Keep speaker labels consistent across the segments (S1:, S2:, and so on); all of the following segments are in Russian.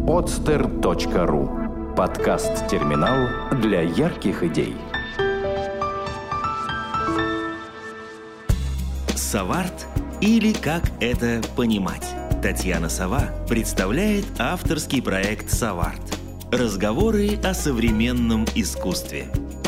S1: podster.ru. Подкаст-терминал для ярких идей.
S2: Саварт или как это понимать? Татьяна Сова представляет авторский проект «Саварт». Разговоры о современном искусстве.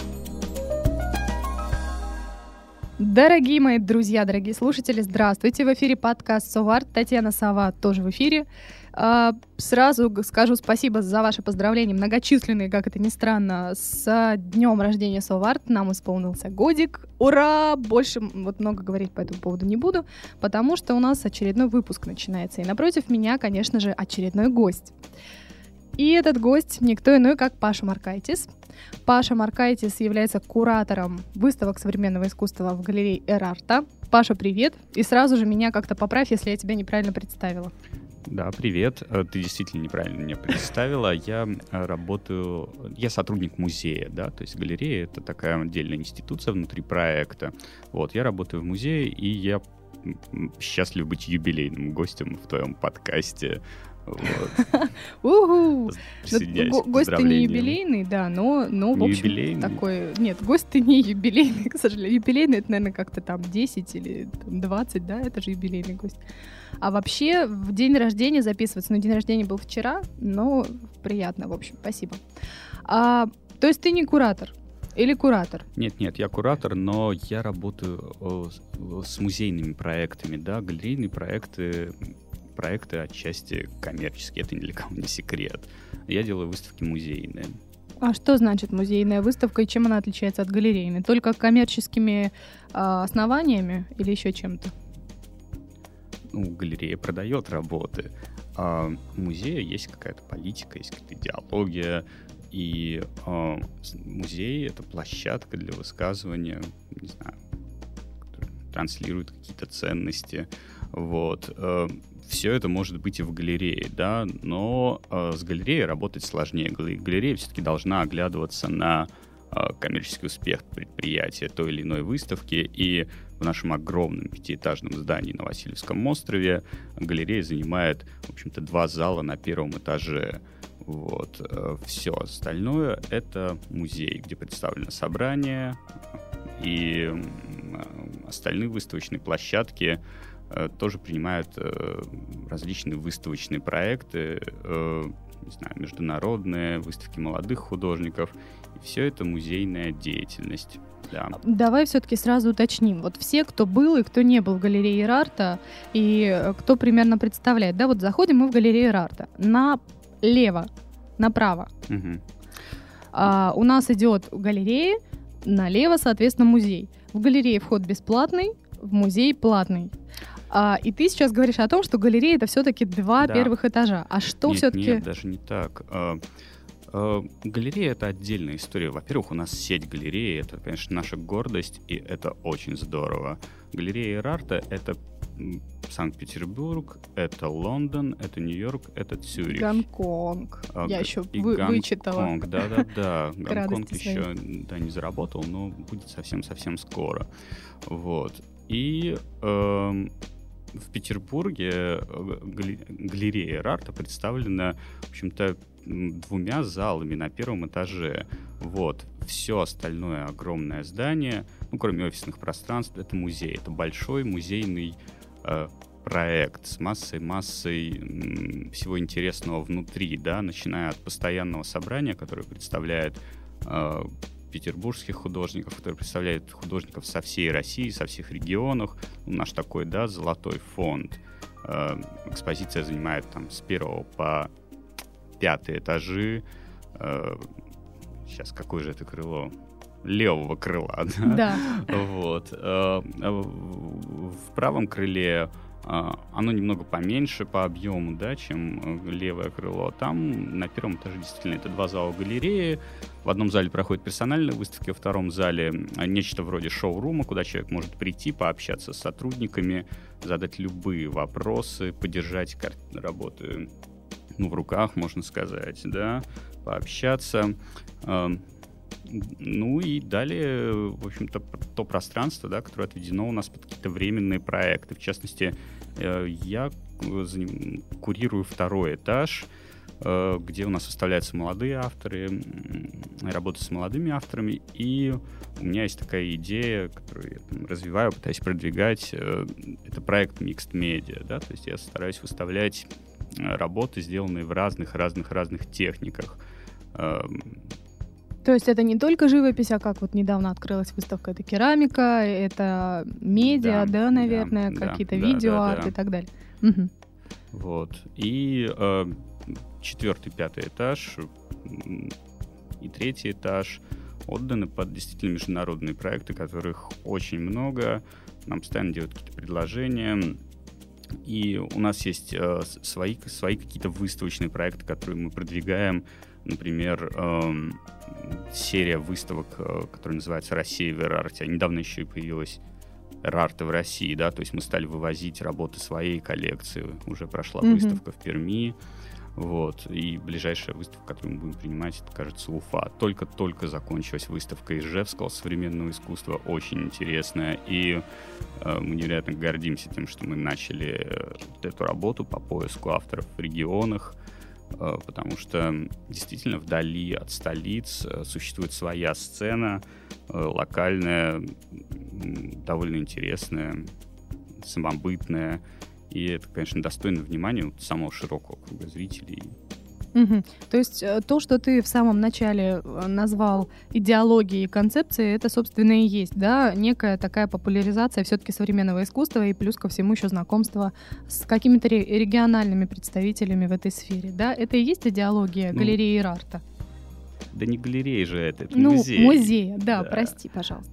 S3: Дорогие мои друзья, дорогие слушатели, здравствуйте! В эфире подкаст «Саварт». Татьяна Сова тоже в эфире. Сразу скажу спасибо за ваши поздравления, многочисленные, как это ни странно, с днем рождения Саварт. Нам исполнился годик. Ура! Больше много говорить по этому поводу не буду, потому что у нас очередной выпуск начинается. И напротив меня, конечно же, очередной гость. И этот гость никто иной, как Паша Маркайтис. Паша Маркайтис является куратором выставок современного искусства в галерее Эрарта. Паша, привет! И сразу же меня как-то поправь, если я тебя неправильно представила.
S4: Да, привет. Ты действительно неправильно меня представила. Я сотрудник музея, да, то есть галерея — это такая отдельная институция внутри проекта. Вот, я работаю в музее, и я счастлив быть юбилейным гостем в твоем подкасте.
S3: Гость ты не юбилейный, да, но в общем такой... Нет, гость ты не юбилейный, к сожалению. Юбилейный — это, наверное, как-то там 10 или 20, да, это же юбилейный гость. А вообще в день рождения записываться, день рождения был вчера, но приятно, в общем, спасибо. То есть ты не куратор? Или куратор?
S4: Нет, я куратор, но я работаю с музейными проектами, да, галерейные проекты отчасти коммерческие, это ни для кого не секрет. Я делаю выставки музейные.
S3: А что значит музейная выставка и чем она отличается от галерейной? Только коммерческими основаниями или еще чем-то?
S4: Галерея продает работы, а у музея есть какая-то политика, есть какая-то идеология, и музей — это площадка для высказывания, не знаю, которая транслирует какие-то ценности. Вот. Все это может быть и в галерее, да, но с галереей работать сложнее. Галерея все-таки должна оглядываться на коммерческий успех предприятия той или иной выставки, и в нашем огромном 5-этажном здании на Васильевском острове галерея занимает, в общем-то, 2 зала на 1-м этаже. Вот. Все остальное — это музей, где представлено собрание, и остальные выставочные площадки тоже принимают различные выставочные проекты, не знаю, международные выставки молодых художников. И все это музейная деятельность. Да.
S3: Давай все-таки сразу уточним. Вот все, кто был и кто не был в галерее Эрарта, и кто примерно представляет, да, вот заходим мы в галерею Эрарта. Налево, направо. Угу. У нас идет галерея, налево, соответственно, музей. В галерее вход бесплатный, в музей платный. И ты сейчас говоришь о том, что галерея — это все-таки 2 первых этажа. А что все-таки...
S4: Нет, даже не так. Галерея — это отдельная история. Во-первых, у нас сеть галерей, это, конечно, наша гордость, и это очень здорово. Галерея Эрарта — это Санкт-Петербург, это Лондон, это Нью-Йорк, это Цюрих.
S3: Гонконг. Я еще вычитала.
S4: Гонконг, да. Гонконг еще не заработал, но будет совсем-совсем скоро. Вот. И в Петербурге галерея Эрарта представлена, в общем-то, 2 залами на 1-м этаже. Вот. Все остальное огромное здание, кроме офисных пространств, это музей. Это большой музейный проект с массой всего интересного внутри, да, начиная от постоянного собрания, которое представляет петербургских художников, который представляет художников со всей России, со всех регионов. Наш такой, да, золотой фонд. Экспозиция занимает там с 1 по 5 этажи. Сейчас, какое же это крыло? Левого крыла, да? Вот. В правом крыле оно немного поменьше по объему, да, чем левое крыло. Там на 1-м этаже действительно это 2 зала галереи. В одном зале проходят персональные выставки, во втором зале нечто вроде шоурума, куда человек может прийти, пообщаться с сотрудниками, задать любые вопросы, подержать работы в руках, можно сказать, да, пообщаться. И далее, в общем-то, то пространство, да, которое отведено у нас под какие-то временные проекты. В частности, я курирую 2-й этаж, где у нас выставляются молодые авторы, работы с молодыми авторами. И у меня есть такая идея, которую я там развиваю, пытаюсь продвигать. Это проект Mixed Media, да, то есть я стараюсь выставлять работы, сделанные в разных техниках.
S3: То есть это не только живопись, а как вот недавно открылась выставка, это керамика, это медиа, да, наверное, какие-то видеоарт и так далее. Угу.
S4: Вот. И 4-й, 5-й этаж и 3-й этаж отданы под действительно международные проекты, которых очень много. Нам постоянно делают какие-то предложения. И у нас есть свои какие-то выставочные проекты, которые мы продвигаем. Например, серия выставок, которая называется «Россия в Эр-арте». Недавно еще и появилась Эр-арты в России, да, то есть мы стали вывозить работы своей коллекции. Уже прошла выставка в Перми. Вот. И ближайшая выставка, которую мы будем принимать, это, кажется, Уфа. Только-только закончилась выставка Ижевского современного искусства, очень интересная. И мы невероятно гордимся тем, что мы начали эту работу по поиску авторов в регионах, потому что действительно вдали от столиц существует своя сцена, локальная, довольно интересная, самобытная. И это, конечно, достойно внимания самого широкого круга зрителей.
S3: Угу. То есть то, что ты в самом начале назвал идеологией и концепцией, это, собственно, и есть, да, некая такая популяризация все-таки современного искусства и плюс ко всему еще знакомство с какими-то региональными представителями в этой сфере, да? Это и есть идеология галереи Эр-арта?
S4: Да не галерея же это музей.
S3: Музей, да, прости, пожалуйста.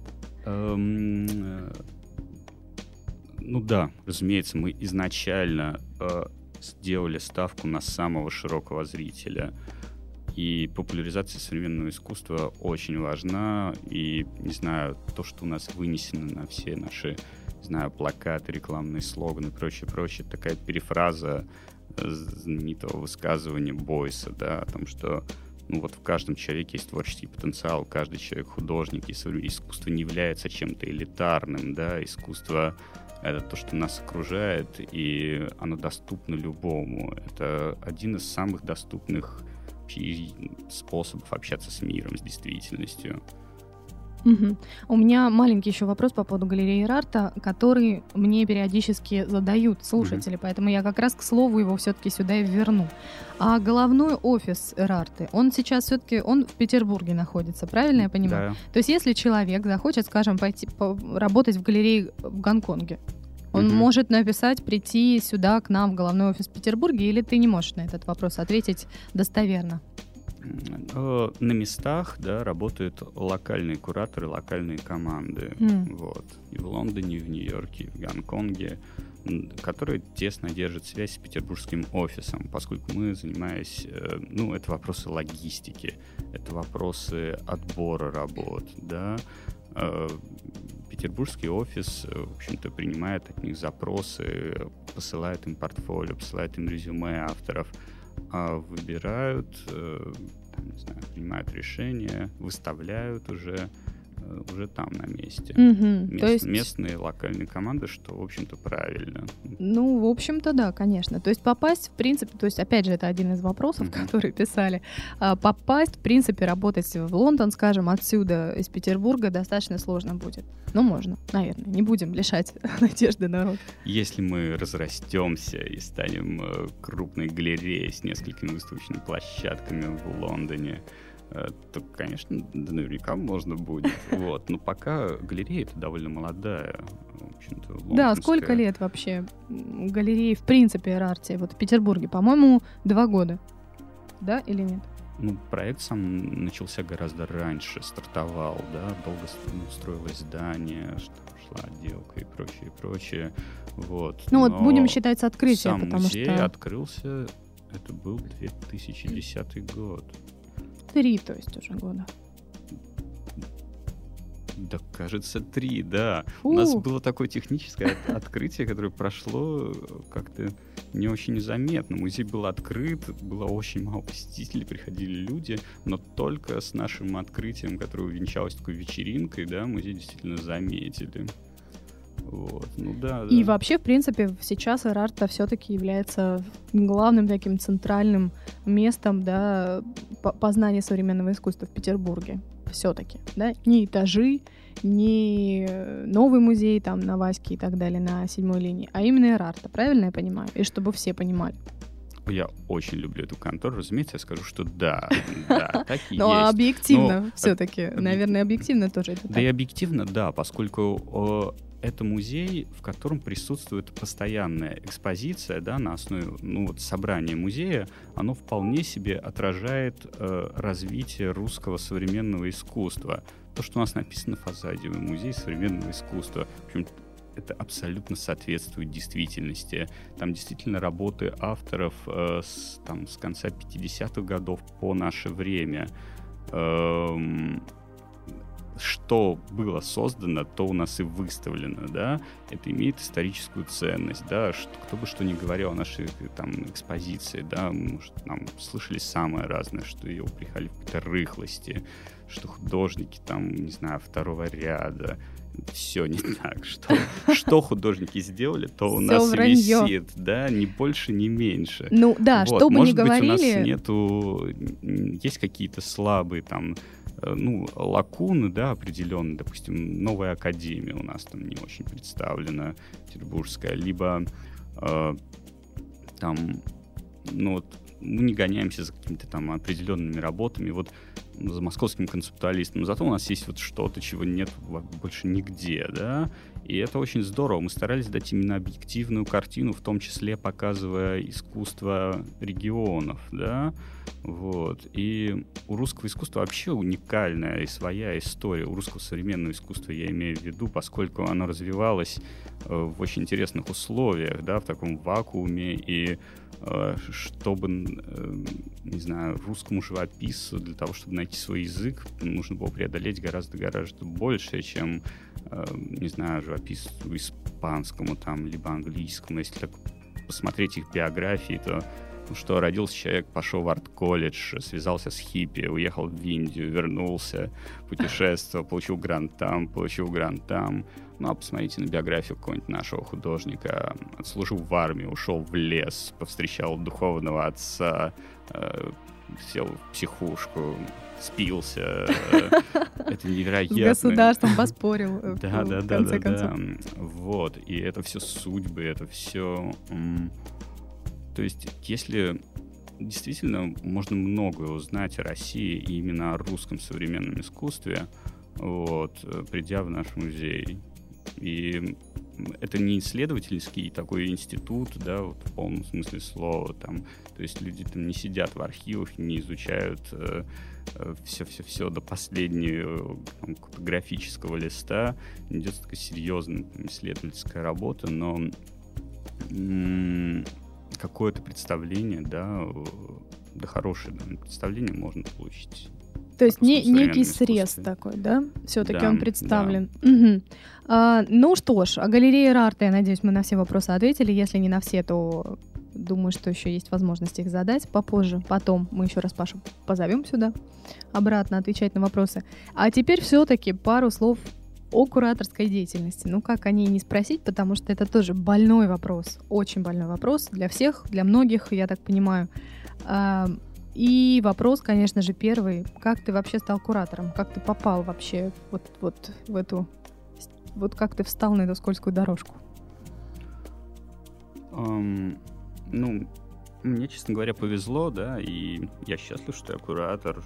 S4: Ну да, разумеется, мы изначально сделали ставку на самого широкого зрителя. И популяризация современного искусства очень важна. И, не знаю, то, что у нас вынесено на все наши, не знаю, плакаты, рекламные слоганы и прочее, такая перефраза знаменитого высказывания Бойса, да, о том, что ну вот в каждом человеке есть творческий потенциал, каждый человек художник, и искусство не является чем-то элитарным, да, искусство — это то, что нас окружает, и оно доступно любому. Это один из самых доступных способов общаться с миром, с действительностью.
S3: Угу. У меня маленький еще вопрос по поводу галереи Эр-арта, который мне периодически задают слушатели, поэтому я как раз к слову его все-таки сюда и верну. А головной офис Эр-арты, он сейчас все-таки в Петербурге находится, правильно я понимаю? Да. То есть если человек захочет, скажем, пойти работать в галерее в Гонконге, он может прийти сюда к нам в головной офис в Петербурге, или ты не можешь на этот вопрос ответить достоверно?
S4: На местах, да, работают локальные кураторы, локальные команды. Вот. И в Лондоне, и в Нью-Йорке, и в Гонконге, которые тесно держат связь с петербургским офисом, поскольку мы занимаемся, это вопросы логистики, это вопросы отбора работ, да. Петербургский офис, в общем-то, принимает от них запросы, посылает им портфолио, посылает им резюме авторов, выбирают, не знаю, принимают решения, выставляют уже там на месте. То есть местные локальные команды, что, в общем-то, правильно.
S3: Ну, в общем-то, да, конечно. То есть попасть, в принципе, то есть, опять же, это один из вопросов, которые писали. Попасть, в принципе, работать в Лондон, скажем, отсюда, из Петербурга, достаточно сложно будет. Ну, можно, наверное. Не будем лишать надежды народ.
S4: Если мы разрастемся и станем крупной галереей с несколькими выставочными площадками в Лондоне, то, конечно, наверняка можно будет. Вот. Но пока галерея это довольно молодая. В общем-то, лондонская.
S3: Да, сколько лет вообще галереи, в принципе, Эр-арте? Вот в Петербурге, по-моему, 2 года. Да или нет?
S4: Ну, проект сам начался гораздо раньше, стартовал, да, долго строилось здание, шла отделка и прочее. Вот.
S3: Ну вот будем считать с открытия,
S4: сам
S3: потому
S4: музей
S3: что...
S4: открылся, это был 2010 год.
S3: 3, то есть, уже года.
S4: Да, кажется, 3, да. У нас было такое техническое открытие, которое прошло как-то не очень незаметно. Музей был открыт, было очень мало посетителей, приходили люди, но только с нашим открытием, которое увенчалось такой вечеринкой, да, музей действительно заметили. Вот. Ну, да.
S3: И вообще, в принципе, сейчас Эр-арт все-таки является главным таким центральным местом, да, познания современного искусства в Петербурге. Все-таки, да, не этажи, не новый музей там на Ваське и так далее, на 7-й линии, а именно Эрарта, правильно я понимаю? И чтобы все понимали.
S4: Я очень люблю эту контору, разумеется, я скажу, что да, так и есть.
S3: Но объективно все-таки, наверное, объективно тоже это так.
S4: Да и объективно, да, поскольку это музей, в котором присутствует постоянная экспозиция, да, на основе, собрания музея, оно вполне себе отражает развитие русского современного искусства. То, что у нас написано в фасаде музей современного искусства, в общем, это абсолютно соответствует действительности. Там действительно работы авторов с конца 50-х годов по наше время. Что было создано, то у нас и выставлено, да, это имеет историческую ценность, да, кто бы что ни говорил о нашей экспозиции, да, может, слышали самое разное, что ее упрекали в какой-то рыхлости, что художники не знаю, второго ряда, все не так, что художники сделали, то у нас висит, да, ни больше, ни меньше.
S3: Ну да, вот. Что бы ни говорили...
S4: Может быть, у нас есть какие-то слабые лакуны, да, определенные, допустим, новая академия у нас там не очень представлена, петербургская, либо мы не гоняемся за какими-то определенными работами, за московским концептуалистом, но зато у нас есть что-то, чего нет больше нигде, да, и это очень здорово. Мы старались дать именно объективную картину, в том числе показывая искусство регионов, да, и у русского искусства вообще уникальная и своя история, у русского современного искусства я имею в виду, поскольку оно развивалось в очень интересных условиях, да, в таком вакууме, и чтобы, не знаю, русскому живописцу для того, чтобы найти свой язык, нужно было преодолеть гораздо больше, чем, не знаю, живописцу испанскому либо английскому. Если так посмотреть их биографии, то что родился человек, пошел в арт-колледж, связался с хиппи, уехал в Индию, вернулся, путешествовал, получил грант там. Ну, а посмотрите на биографию какого-нибудь нашего художника. Отслужил в армии, ушел в лес, повстречал духовного отца, сел в психушку, спился. Это невероятно.
S3: С государством поспорил,
S4: да,
S3: в конце концов.
S4: И это все судьбы, это все... То есть, если действительно можно многое узнать о России и именно о русском современном искусстве, придя в наш музей. И это не исследовательский такой институт, да, в полном смысле слова. То есть люди не сидят в архивах, не изучают все до последнего графического листа. Идет такая серьезная исследовательская работа, но какое-то представление, да, хорошее представление можно получить.
S3: То есть некий срез такой, да? Все-таки он представлен. Да. Угу. Ну что ж, о галерее Эрарта, я надеюсь, мы на все вопросы ответили. Если не на все, то думаю, что еще есть возможность их задать попозже. Потом мы еще раз Пашу позовем сюда обратно отвечать на вопросы. А теперь все-таки пару слов о кураторской деятельности. Ну, как о ней не спросить, потому что это тоже больной вопрос, очень больной вопрос для всех, для многих, я так понимаю. И вопрос, конечно же, первый. Как ты вообще стал куратором? Как ты попал вообще в эту... как ты встал на эту скользкую дорожку?
S4: Мне, честно говоря, повезло, да, и я счастлив, что я куратор.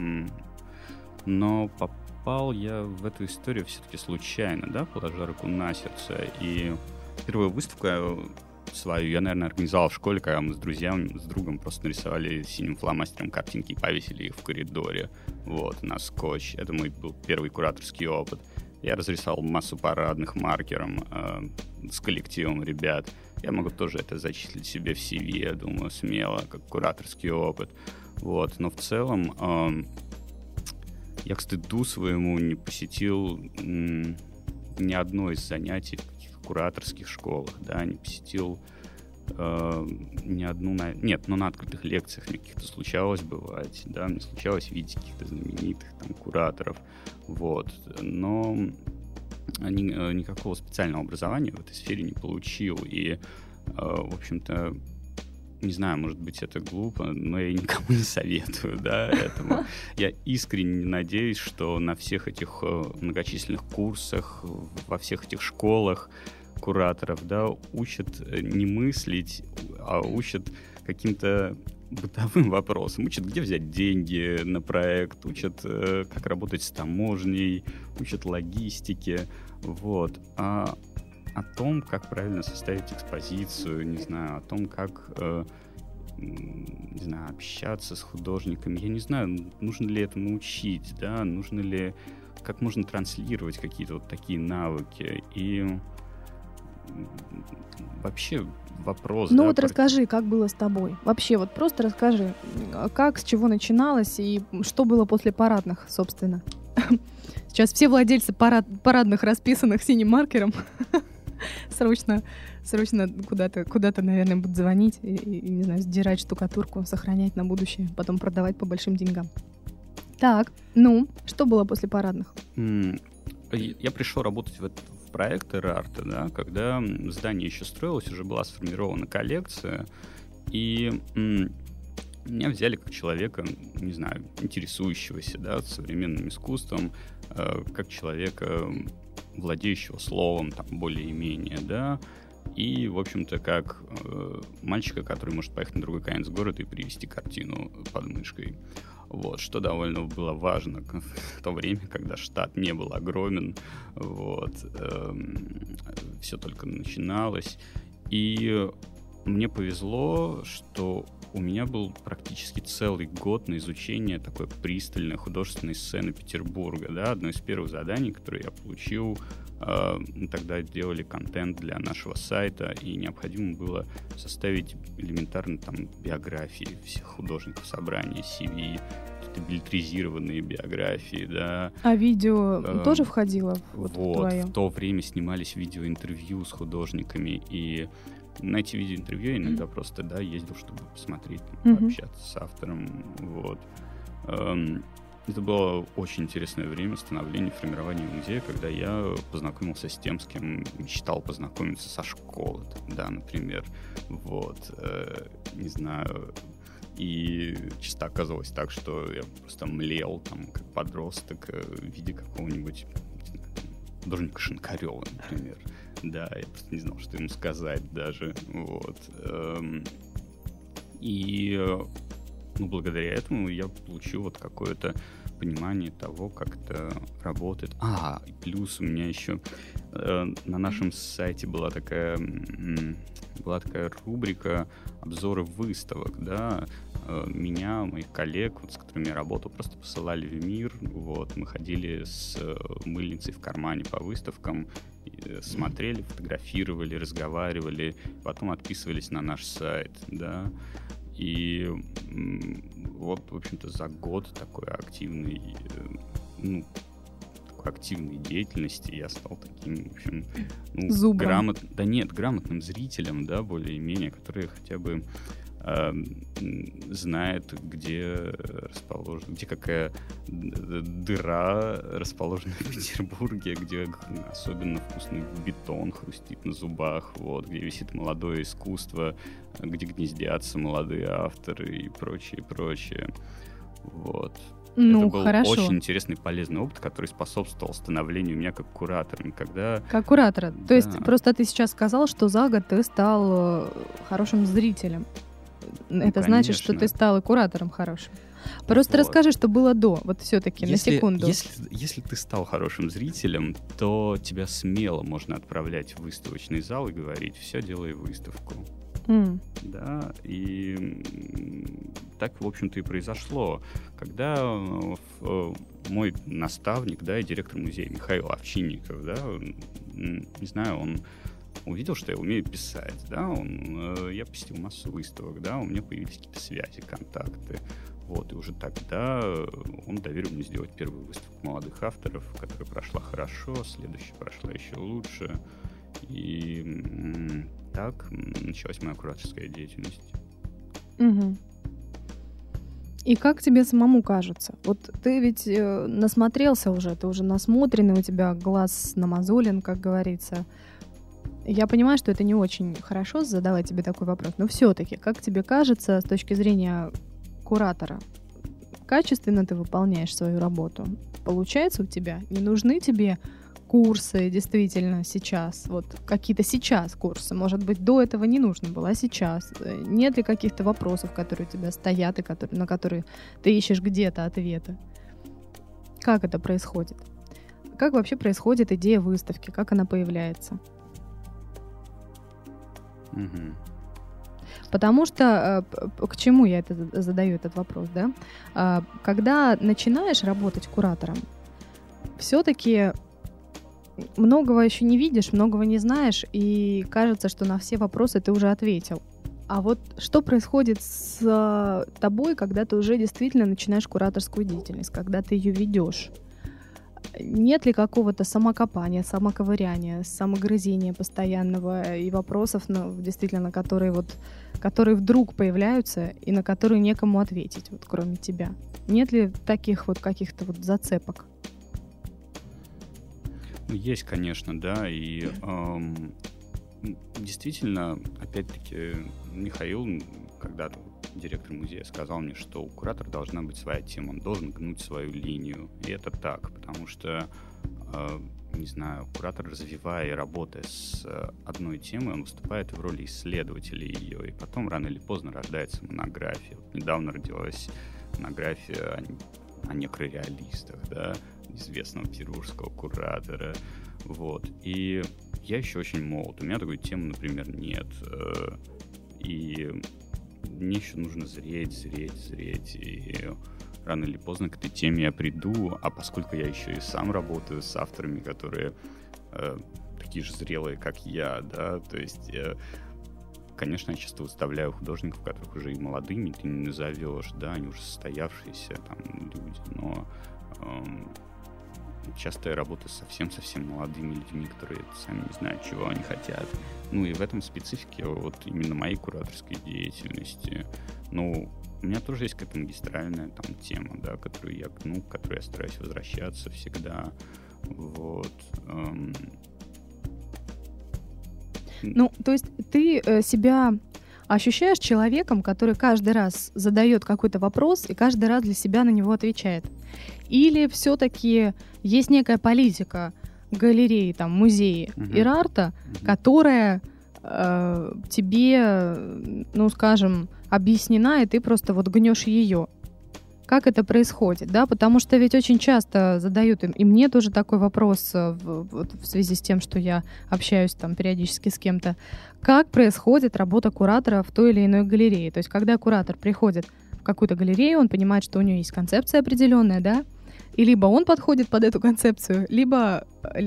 S4: Но попал я в эту историю все-таки случайно, да, положа руку на сердце. И первую выставку свою я, наверное, организовал в школе, когда мы с другом просто нарисовали синим фломастером картинки и повесили их в коридоре, на скотч. Это мой был первый кураторский опыт. Я разрисовал массу парадных маркером с коллективом ребят. Я могу тоже это зачислить себе в CV, я думаю, смело, как кураторский опыт. Но в целом я, к стыду своему, не посетил ни одно из занятий в каких-то кураторских школах, да, не посетил ни одну... на открытых лекциях мне каких-то случалось бывать, да, мне случалось видеть каких-то знаменитых кураторов, но никакого специального образования в этой сфере не получил, и, в общем-то, не знаю, может быть, это глупо, но я никому не советую, да, этому. Я искренне надеюсь, что на всех этих многочисленных курсах, во всех этих школах кураторов, да, учат не мыслить, а учат каким-то бытовым вопросам. Учат, где взять деньги на проект, учат, как работать с таможней, учат логистике, вот. А о том, как правильно составить экспозицию, не знаю, о том, как, не знаю, общаться с художниками. Я не знаю, нужно ли этому учить, да, нужно ли, как можно транслировать какие-то вот такие навыки. И вообще вопрос...
S3: Ну вот расскажи, как было с тобой. Вообще, вот просто расскажи, как, с чего начиналось и что было после парадных, собственно. Сейчас все владельцы парадных, расписанных синим маркером, срочно куда-то, наверное, будут звонить и, не знаю, сдирать штукатурку, сохранять на будущее, потом продавать по большим деньгам. Так, ну, что было после парадных?
S4: Я пришел работать в проект Эрарта, да, когда здание еще строилось, уже была сформирована коллекция, и меня взяли как человека, не знаю, интересующегося, да, современным искусством, как человека, владеющего словом, там, более-менее, да, и, в общем-то, как мальчика, который может поехать на другой конец города и привезти картину под мышкой. Вот, что довольно было важно в то время, когда штат не был огромен, вот, все только начиналось. И мне повезло, что у меня был практически целый год на изучение такой пристальной художественной сцены Петербурга. Да? Одно из первых заданий, которое я получил, мы тогда делали контент для нашего сайта, и необходимо было составить элементарно там биографии всех художников собрания, CV, какие-то билетризированные биографии, да.
S3: А видео тоже входило
S4: в твое? В то время снимались видеоинтервью с художниками, и на эти видеоинтервью я иногда просто, да, ездил, чтобы посмотреть, пообщаться с автором, вот. Это было очень интересное время становления, формирования музея, когда я познакомился с тем, с кем мечтал познакомиться со школы, да, например, вот, не знаю, и часто оказывалось так, что я просто млел, там, как подросток, в виде какого-нибудь, не знаю, художника Шинкарева, например, да, я просто не знал, что ему сказать даже, вот, и, ну, благодаря этому я получил вот какое-то понимание того, как это работает. И плюс у меня еще на нашем сайте была такая рубрика обзоры выставок, да, меня, моих коллег, вот, с которыми я работал, просто посылали в мир, вот, мы ходили с мыльницей в кармане по выставкам, смотрели, фотографировали, разговаривали, потом отписывались на наш сайт, да. И вот, в общем-то, за год такой активной деятельности я стал таким, в общем, грамотным зрителем, да, более-менее, который хотя бы знает, где какая дыра расположена в Петербурге, где особенно вкусный бетон хрустит на зубах, вот, где висит молодое искусство, где гнездятся молодые авторы и прочее. Вот.
S3: Ну,
S4: это был
S3: хорошо.
S4: Очень интересный, полезный опыт, который способствовал становлению меня как куратора.
S3: Как куратора? Да. То есть просто ты сейчас сказал, что за год ты стал хорошим зрителем. Это значит, что ты стал и куратором хорошим. Просто расскажи, что было до, вот все-таки, на секунду.
S4: Если ты стал хорошим зрителем, то тебя смело можно отправлять в выставочный зал и говорить: все, делай выставку. Да, и так, в общем-то, и произошло. Когда мой наставник, да, и директор музея Михаил Овчинников, да, не знаю, он увидел, что я умею писать, да, я посетил массу выставок, да, у меня появились какие-то связи, контакты, вот, и уже тогда он доверил мне сделать первую выставку молодых авторов, которая прошла хорошо, следующая прошла еще лучше, и так началась моя кураторская деятельность.
S3: Угу. И как тебе самому кажется? Вот ты ведь насмотрелся уже, ты уже насмотренный, у тебя глаз намазолен, как говорится. Я понимаю, что это не очень хорошо задавать тебе такой вопрос, но все-таки, как тебе кажется, с точки зрения куратора, качественно ты выполняешь свою работу? Получается у тебя? Не нужны тебе курсы действительно сейчас? Вот какие-то сейчас курсы? Может быть, до этого не нужно было, а сейчас? Нет ли каких-то вопросов, которые у тебя стоят, и на которые ты ищешь где-то ответы? Как это происходит? Как вообще происходит идея выставки? Как она появляется?
S4: Мгм.
S3: Потому что к чему я задаю этот вопрос, да? Когда начинаешь работать куратором, все-таки многого еще не видишь, многого не знаешь, и кажется, что на все вопросы ты уже ответил. А вот что происходит с тобой, когда ты уже действительно начинаешь кураторскую деятельность, когда ты ее ведешь? Нет ли какого-то самокопания, самоковыряния, самогрызения постоянного и вопросов, действительно, которые вдруг появляются и на которые некому ответить, вот, кроме тебя? Нет ли таких вот каких-то вот зацепок?
S4: Ну, есть, конечно, да, и действительно, опять-таки, Михаил, когда-то директор музея, сказал мне, что у куратора должна быть своя тема, он должен гнуть свою линию. И это так, потому что, не знаю, куратор, развивая и работая с одной темой, он выступает в роли исследователя ее, и потом рано или поздно рождается монография. Вот недавно родилась монография о некрореалистах, да, известного петербургского куратора. Вот. И я еще очень молод. У меня такой темы, например, нет. И мне еще нужно зреть. И рано или поздно к этой теме я приду. А поскольку я еще и сам работаю с авторами, которые такие же зрелые, как я, да, то есть, конечно, я часто выставляю художников, которых уже и молодыми ты не назовешь, да, они уже состоявшиеся там люди, но часто я работаю с совсем-совсем молодыми людьми, которые сами не знают, чего они хотят. Ну и в этом специфике вот именно моей кураторской деятельности. Ну, у меня тоже есть какая-то магистральная там тема, да, которую я гну, к которой я стараюсь возвращаться всегда. Вот.
S3: Ну, то есть ты себя ощущаешь человеком, который каждый раз задает какой-то вопрос и каждый раз для себя на него отвечает? Или все-таки есть некая политика галереи, там, музеи Ирарта, которая тебе, ну, скажем, объяснена, и ты просто вот гнешь ее? Как это происходит, да? Потому что ведь очень часто задают им, и мне тоже такой вопрос в связи с тем, что я общаюсь там периодически с кем-то. Как происходит работа куратора в той или иной галерее? То есть, когда куратор приходит в какую-то галерею, он понимает, что у него есть концепция определенная, да? И либо он подходит под эту концепцию, либо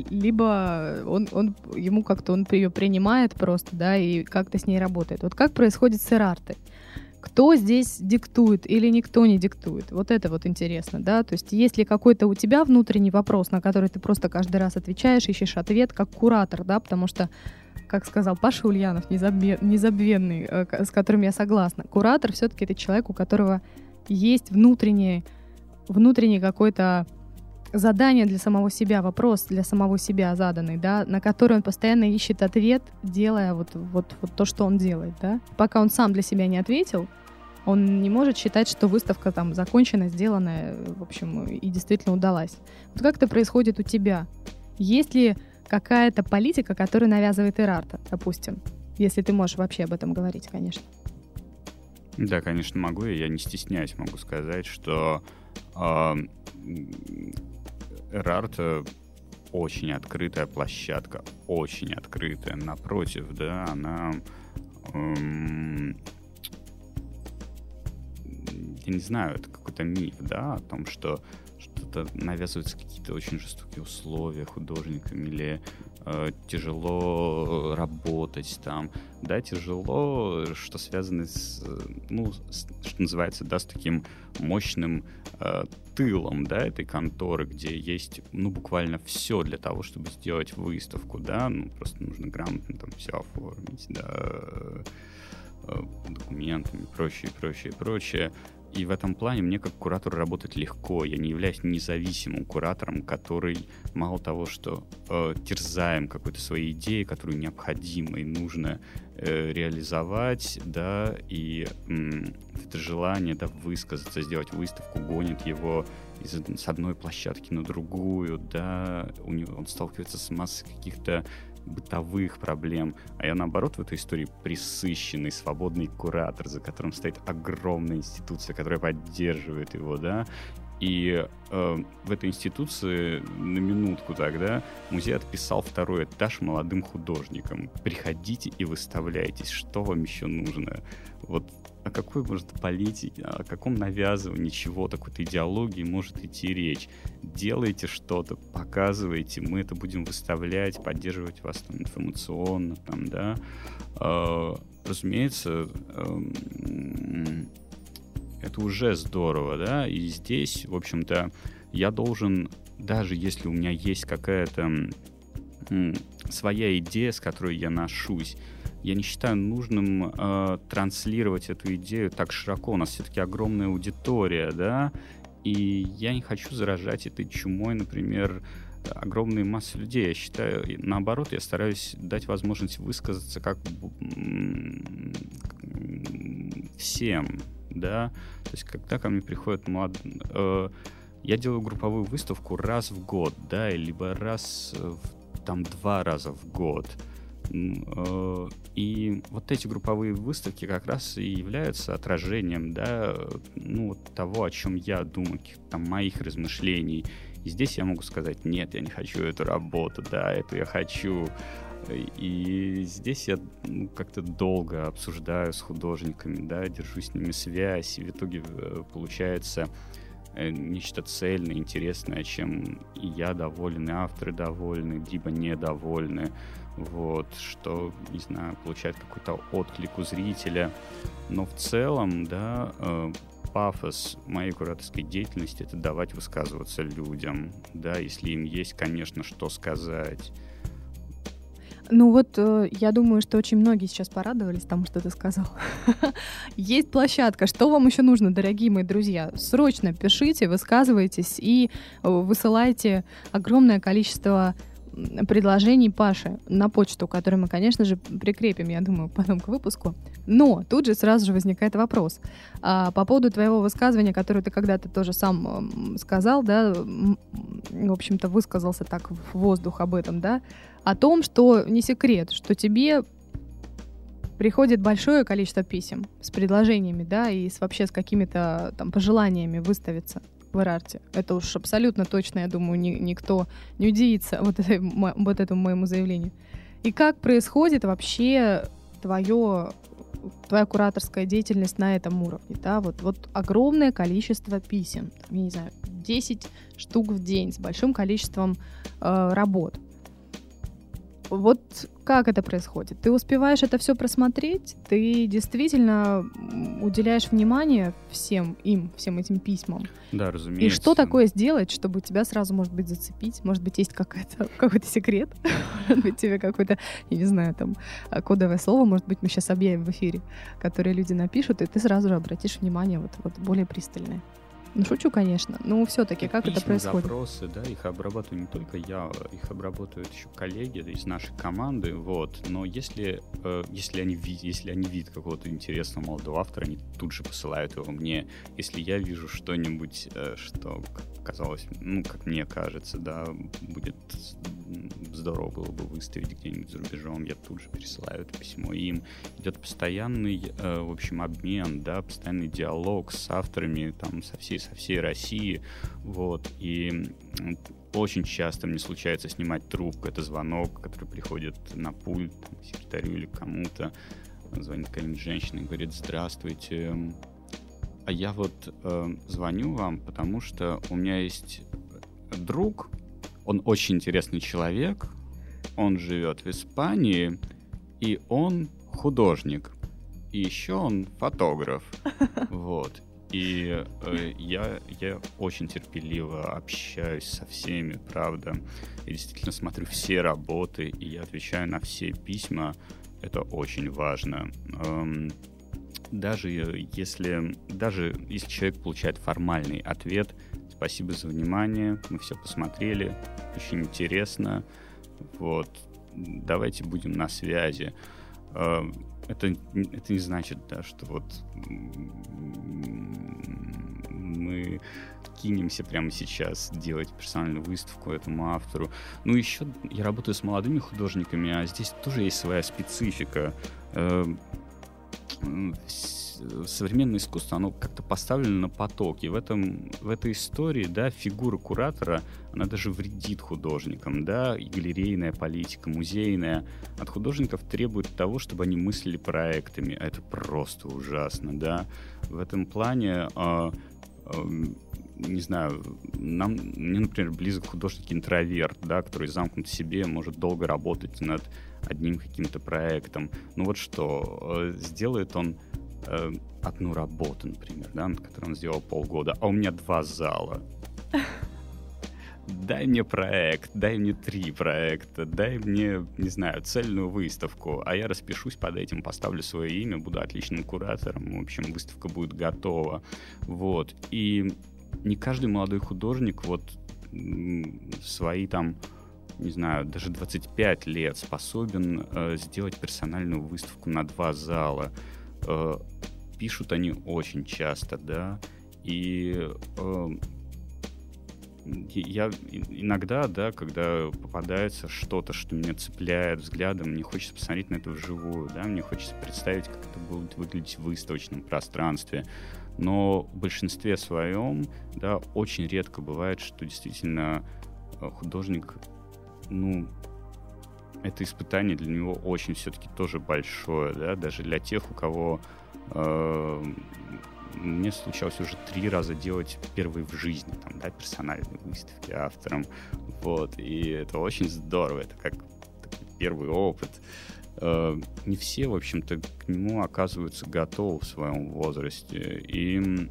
S3: ему как-то он ее принимает просто, да, и как-то с ней работает. Вот как происходит с Ирартой? Кто здесь диктует или никто не диктует? Вот это вот интересно, да? То есть есть ли какой-то у тебя внутренний вопрос, на который ты просто каждый раз отвечаешь, ищешь ответ как куратор, да? Потому что, как сказал Паша Ульянов, незабвенный, с которым я согласна, куратор все-таки это человек, у которого есть внутренний какой-то задание для самого себя, вопрос для самого себя заданный, да, на который он постоянно ищет ответ, делая вот то, что он делает, да. Пока он сам для себя не ответил, он не может считать, что выставка там закончена, сделана, в общем, и действительно удалась. Вот как это происходит у тебя? Есть ли какая-то политика, которую навязывает Ирарта, допустим, если ты можешь вообще об этом говорить, конечно?
S4: Да, конечно, могу, и я не стесняюсь, могу сказать, что Ирарт очень открытая площадка, очень открытая. Напротив, да, она, я не знаю, это какой-то миф, да, о том, что что-то навязываются какие-то очень жестокие условия художникам или тяжело работать там, да, тяжело, что связано с, ну, что называется, да, с таким мощным тылом, да, этой конторы, где есть, ну, буквально все для того, чтобы сделать выставку, да, ну, просто нужно грамотно там все оформить, да, документами, прочее. И в этом плане мне как куратору работать легко. Я не являюсь независимым куратором, который мало того, что терзаем какой-то своей идеей, которую необходимо и нужно реализовать, да, и это желание, да, высказаться, сделать выставку, гонит его с одной площадки на другую, да, он сталкивается с массой каких-то бытовых проблем, а я, наоборот, в этой истории пресыщенный, свободный куратор, за которым стоит огромная институция, которая поддерживает его, да, и в этой институции на минутку тогда музей отписал 2-й этаж молодым художникам. Приходите и выставляйтесь, что вам еще нужно? Вот о какой, может, политике, о каком навязывании чего-то, какой-то идеологии может идти речь? Делайте что-то, показывайте, мы это будем выставлять, поддерживать вас там информационно, там, да. Разумеется, это уже здорово, да, и здесь, в общем-то, я должен, даже если у меня есть какая-то своя идея, с которой я ношусь, я не считаю нужным транслировать эту идею так широко. У нас все-таки огромная аудитория, да, и я не хочу заражать этой чумой, например, огромные массы людей. Я считаю, наоборот, я стараюсь дать возможность высказаться как всем, да. То есть, когда ко мне приходят я делаю групповую выставку раз в год, да, либо там 2 раза в год. И вот эти групповые выставки как раз и являются отражением, да, ну, вот того, о чем я думаю, там, моих размышлений. И здесь я могу сказать: нет, я не хочу эту работу, да, эту я хочу. И здесь я как-то долго обсуждаю с художниками, да, держу с ними связь, и в итоге получается нечто цельное, интересное, чем и я доволен, и авторы довольны, либо недовольны. Вот, что, не знаю, получает какой-то отклик у зрителя. Но в целом, да, пафос моей кураторской деятельности — это давать высказываться людям, да, если им есть, конечно, что сказать.
S3: Ну вот, я думаю, что очень многие сейчас порадовались тому, что ты сказал. Есть площадка. Что вам еще нужно, дорогие мои друзья? Срочно пишите, высказывайтесь и высылайте огромное количество предложений Паше на почту, которую мы, конечно же, прикрепим, я думаю, потом к выпуску. Но тут же сразу же возникает вопрос. По поводу твоего высказывания, которое ты когда-то тоже сам сказал, да, в общем-то, высказался так в воздух об этом, да, о том, что не секрет, что тебе приходит большое количество писем с предложениями, да, и вообще с какими-то там пожеланиями выставиться в Эр-арте. Это уж абсолютно точно, я думаю, никто не удивится вот этому моему заявлению. И как происходит вообще твоя кураторская деятельность на этом уровне, да, вот огромное количество писем, там, я не знаю, 10 штук в день с большим количеством работ. Вот как это происходит? Ты успеваешь это все просмотреть? Ты действительно уделяешь внимание всем этим письмам?
S4: Да, разумеется.
S3: И что такое сделать, чтобы тебя сразу, может быть, зацепить? Может быть, есть какой-то секрет? Может быть, тебе какое-то, я не знаю, там, кодовое слово, может быть, мы сейчас объявим в эфире, которое люди напишут, и ты сразу же обратишь внимание вот более пристальное. Ну, шучу, конечно, но все-таки как это происходит?
S4: Запросы, да, их обрабатываю не только я, их обрабатывают еще коллеги из нашей команды, вот. Но если они видят какого-то интересного молодого автора, они тут же посылают его мне. Если я вижу что-нибудь, что казалось, ну, как мне кажется, да, будет здорово было бы выставить где-нибудь за рубежом, я тут же пересылаю это письмо им. Идет постоянный, в общем, обмен, да, постоянный диалог с авторами, там, со всей России, вот, и очень часто мне случается снимать трубку, это звонок, который приходит на пульт, там, секретарю или кому-то, звонит какая-нибудь женщина и говорит: здравствуйте, а я вот звоню вам, потому что у меня есть друг, он очень интересный человек, он живет в Испании, и он художник, и еще он фотограф, вот. И я очень терпеливо общаюсь со всеми, правда. Я действительно смотрю все работы, и я отвечаю на все письма. Это очень важно. даже если человек получает формальный ответ: спасибо за внимание, мы все посмотрели, очень интересно, вот, давайте будем на связи. Это не значит, да, что вот мы кинемся прямо сейчас делать персональную выставку этому автору. Ну, еще я работаю с молодыми художниками, а здесь тоже есть своя специфика. Современное искусство, оно как-то поставлено на поток. И в этой истории, да, фигура куратора, она даже вредит художникам, да, и галерейная политика, музейная. От художников требует того, чтобы они мыслили проектами. А это просто ужасно, да. В этом плане, не знаю, мне, например, близок художник-интроверт, да, который замкнут в себе, может долго работать над одним каким-то проектом. Ну вот что, сделает он одну работу, например, да, над которой он сделал полгода, а у меня 2 зала. Дай мне проект, дай мне 3 проекта, дай мне, не знаю, цельную выставку, а я распишусь под этим, поставлю свое имя, буду отличным куратором, в общем, выставка будет готова. Вот. И не каждый молодой художник вот свои там, не знаю, даже 25 лет способен сделать персональную выставку на 2 зала. Пишут они очень часто, да, и я иногда, да, когда попадается что-то, что меня цепляет взглядом, мне хочется посмотреть на это вживую, да, мне хочется представить, как это будет выглядеть в выставочном пространстве, но в большинстве своем, да, очень редко бывает, что действительно художник, ну, это испытание для него очень все-таки тоже большое, да, даже для тех, у кого мне случалось уже 3 раза делать первые в жизни, там, да, персональные выставки автором, вот, и это очень здорово, это как такой первый опыт. Не все, в общем-то, к нему оказываются готовы в своем возрасте, и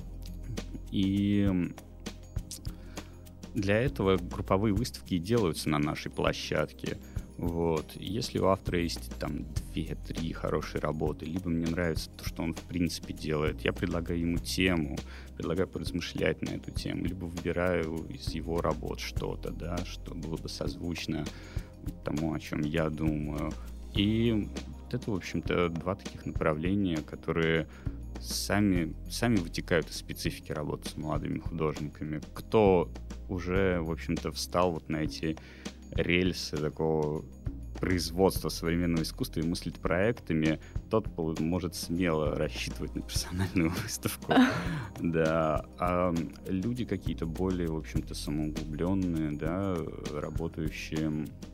S4: для этого групповые выставки и делаются на нашей площадке. Вот. Если у автора есть там 2-3 хорошие работы, либо мне нравится то, что он в принципе делает, я предлагаю ему тему, предлагаю поразмышлять на эту тему, либо выбираю из его работ что-то, да, что было бы созвучно тому, о чем я думаю. И вот это, в общем-то, 2 таких направления, которые сами вытекают из специфики работы с молодыми художниками. Кто уже, в общем-то, встал вот на эти рельсы такого производства современного искусства и мыслит проектами, тот может смело рассчитывать на персональную выставку. Да. А люди какие-то более, в общем-то, самоуглубленные, да, работающие,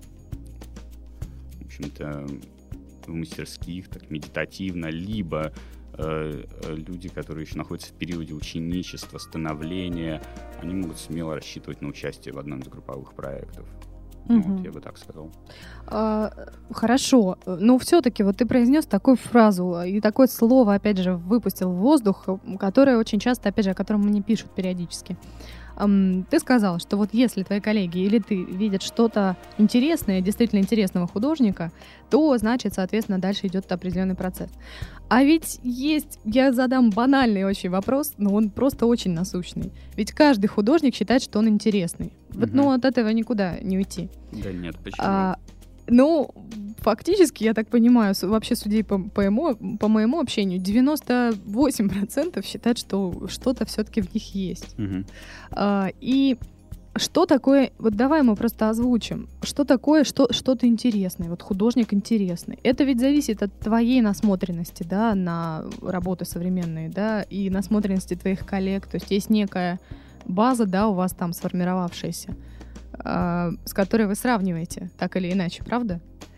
S4: в общем-то, в мастерских, так медитативно, либо люди, которые еще находятся в периоде ученичества, становления, они могут смело рассчитывать на участие в одном из групповых проектов. Вот, я бы так сказал.
S3: Хорошо. Но все-таки вот ты произнес такую фразу и такое слово, опять же, выпустил в воздух, которое очень часто, опять же, о котором мне пишут периодически. Ты сказал, что вот если твои коллеги или ты видят что-то интересное, действительно интересного художника, то, значит, соответственно, дальше идет определенный процесс. А ведь есть, я задам банальный очень вопрос, но он просто очень насущный. Ведь каждый художник считает, что он интересный. Вот, ну, от этого никуда не уйти.
S4: Да нет, почему?
S3: Ну, фактически, я так понимаю, вообще судей по моему общению, 98% считают, что что-то все-таки в них есть. И что такое, вот давай мы просто озвучим, что такое что-то интересное, вот художник интересный. Это ведь зависит от твоей насмотренности, да, на работы современные, да, и насмотренности твоих коллег. То есть есть некая база, да, у вас там сформировавшаяся, с которой вы сравниваете, так или иначе, правда?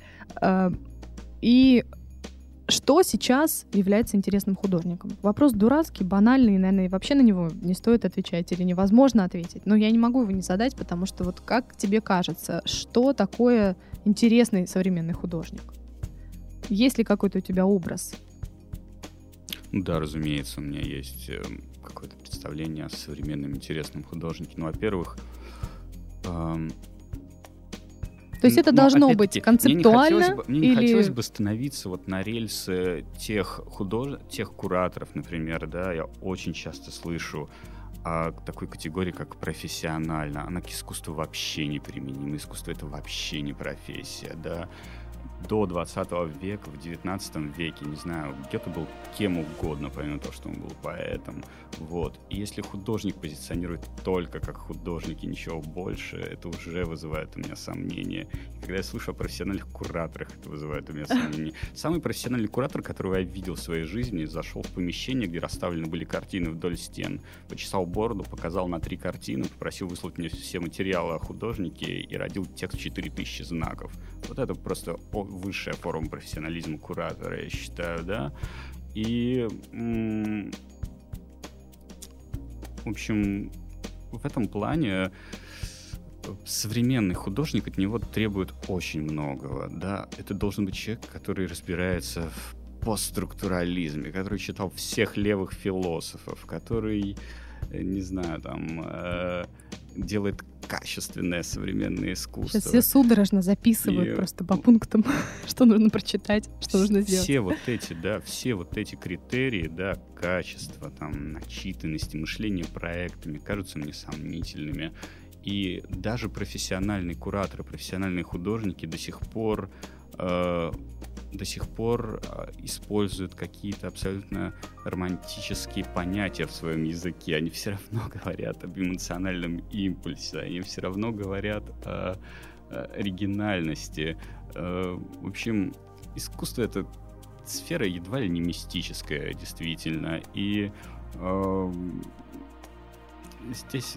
S3: И что сейчас является интересным художником? Вопрос дурацкий, банальный, наверное, вообще на него не стоит отвечать или невозможно ответить. Но я не могу его не задать, потому что вот как тебе кажется, что такое интересный современный художник? Есть ли какой-то у тебя образ?
S4: Да, разумеется, у меня есть какое-то представление о современном интересном художнике. Ну, во-первых,
S3: То есть это должно быть концептуально?
S4: Мне не хотелось бы становиться вот на рельсы тех кураторов, например, да, я очень часто слышу о такой категории, как профессионально. Она к искусству вообще не применима. Искусство — это вообще не профессия, да. До 20 века, в 19 веке, не знаю, Гёте был кем угодно, помимо того, что он был поэтом. Вот. И если художник позиционирует только как художник и ничего больше, это уже вызывает у меня сомнения. И когда я слышу о профессиональных кураторах, это вызывает у меня сомнения. Самый профессиональный куратор, которого я видел в своей жизни, зашел в помещение, где расставлены были картины вдоль стен, почесал бороду, показал на 3 картины, попросил выслать мне все материалы о художнике и родил текст 4000 знаков. Вот это просто высшая форма профессионализма куратора, я считаю, да. И, в общем, в этом плане современный художник от него требует очень многого, да. Это должен быть человек, который разбирается в постструктурализме, который читал всех левых философов, который, не знаю, там, делает качественное современное искусство.
S3: Сейчас все судорожно записывают просто по пунктам, что нужно прочитать, что нужно сделать.
S4: Все вот эти критерии, да, качества, там, начитанности, мышления проектами кажутся мне сомнительными. И даже профессиональные кураторы, профессиональные художники до сих пор используют какие-то абсолютно романтические понятия в своем языке. Они все равно говорят об эмоциональном импульсе, они все равно говорят о оригинальности. В общем, искусство — это сфера едва ли не мистическая, действительно. И здесь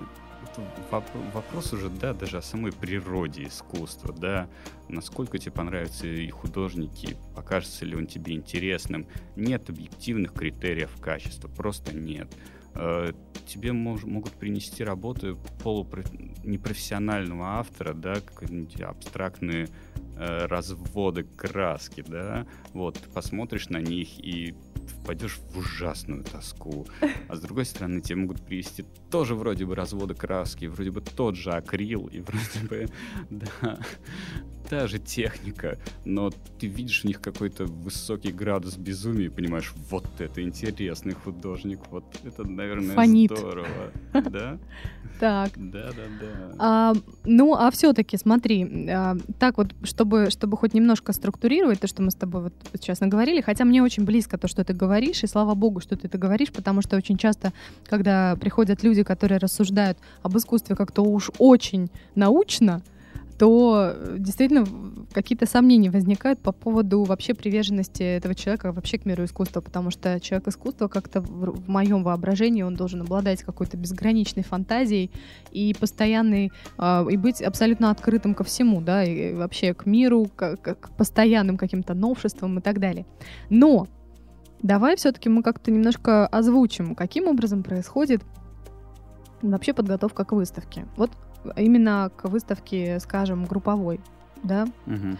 S4: вопрос уже, да, даже о самой природе искусства, да, насколько тебе понравятся и художники, покажется ли он тебе интересным. Нет объективных критериев качества, просто нет. Тебе могут принести работы непрофессионального автора, да, какие-нибудь абстрактные разводы краски, да, вот, ты посмотришь на них и впадешь в ужасную тоску. А с другой стороны, тебе могут привести тоже вроде бы разводы краски, вроде бы тот же акрил, и вроде бы, да, та же техника, но ты видишь в них какой-то высокий градус безумия и понимаешь, вот это интересный художник, вот это, наверное,
S3: фонит.
S4: Здорово. Да?
S3: Так.
S4: Да.
S3: Ну, а все-таки, смотри, так вот, чтобы хоть немножко структурировать то, что мы с тобой вот сейчас наговорили, хотя мне очень близко то, что ты говоришь, и слава богу, что ты это говоришь, потому что очень часто, когда приходят люди, которые рассуждают об искусстве как-то уж очень научно, то действительно какие-то сомнения возникают по поводу вообще приверженности этого человека вообще к миру искусства, потому что человек искусства как-то в моем воображении он должен обладать какой-то безграничной фантазией и постоянной, и быть абсолютно открытым ко всему, да, и вообще к миру, к постоянным каким-то новшествам и так далее. Но давай все-таки мы как-то немножко озвучим, каким образом происходит вообще подготовка к выставке. Вот именно к выставке, скажем, групповой, да?
S4: Угу.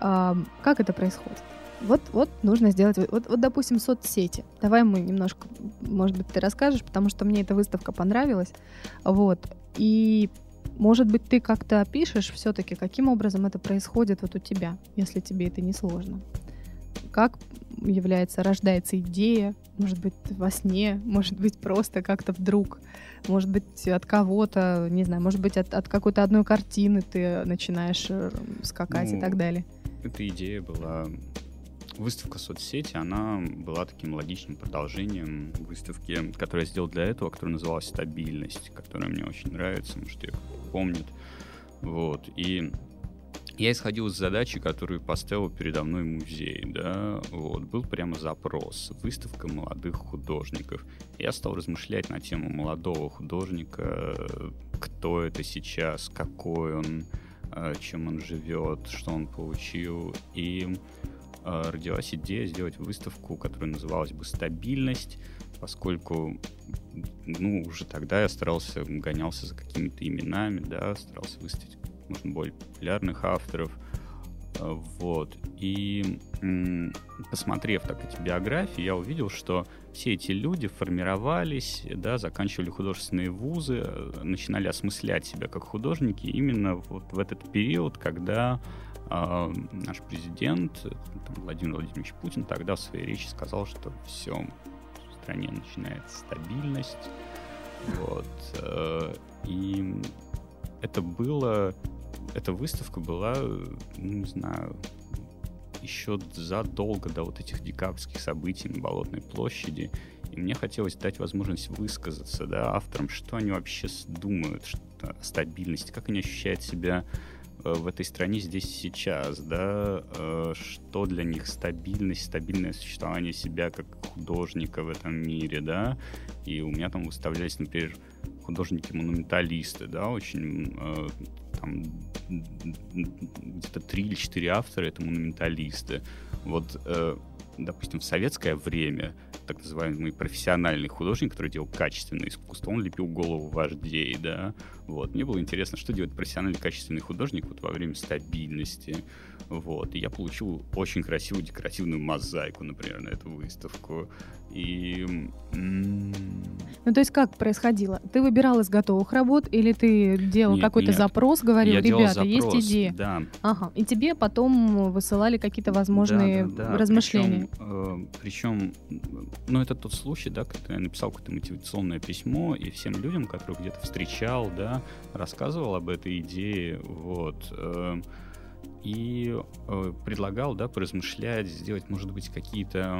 S3: Как это происходит? Вот нужно сделать, вот, допустим, соцсети. Давай мы немножко, может быть, ты расскажешь, потому что мне эта выставка понравилась. Вот. И, может быть, ты как-то опишешь все-таки, каким образом это происходит вот у тебя, если тебе это не сложно. Как рождается идея, может быть, во сне, может быть, просто как-то вдруг, может быть, от кого-то, не знаю, может быть, от какой-то одной картины ты начинаешь скакать и так далее.
S4: Эта идея была... Выставка соцсети, она была таким логичным продолжением выставки, которую я сделал для этого, которая называлась «Стабильность», которая мне очень нравится, может, ее помнят. Вот, и... Я исходил из задачи, которую поставил передо мной музей, да, вот, был прямо запрос, выставка молодых художников. Я стал размышлять на тему молодого художника, кто это сейчас, какой он, чем он живет, что он получил, и родилась идея сделать выставку, которая называлась бы «Стабильность», поскольку, уже тогда я гонялся за какими-то именами, да, старался выставить можно более популярных авторов, вот, и посмотрев так эти биографии, я увидел, что все эти люди формировались, да, заканчивали художественные вузы, начинали осмыслять себя как художники именно вот в этот период, когда наш президент Владимир Владимирович Путин тогда в своей речи сказал, что все, в стране начинается стабильность. Вот. И эта выставка была, не знаю, еще задолго до вот этих декабрьских событий на Болотной площади. И мне хотелось дать возможность высказаться, да, авторам, что они вообще думают о стабильности, как они ощущают себя в этой стране здесь сейчас, да, что для них стабильность, стабильное существование себя как художника в этом мире, да. И у меня там выставлялись, например, художники-монументалисты, да, очень там где-то 3 или 4 автора — это монументалисты. Вот, допустим, в советское время так называемый профессиональный художник, который делал качественное искусство, он лепил голову вождей, да. Вот. Мне было интересно, что делает профессиональный качественный художник вот во время стабильности. Вот. И я получил очень красивую декоративную мозаику, например, на эту выставку. И...
S3: Ну, то есть как происходило? Ты выбирал из готовых работ или ты делал какой-то запрос, говорил,
S4: я
S3: ребята,
S4: запрос,
S3: есть идея?
S4: Да.
S3: Ага. И тебе потом высылали какие-то возможные размышления?
S4: Причем, ну, это тот случай, да, когда я написал какое-то мотивационное письмо, и всем людям, которых где-то встречал, да, рассказывал об этой идее, вот, и предлагал, да, поразмышлять, сделать, может быть, какие-то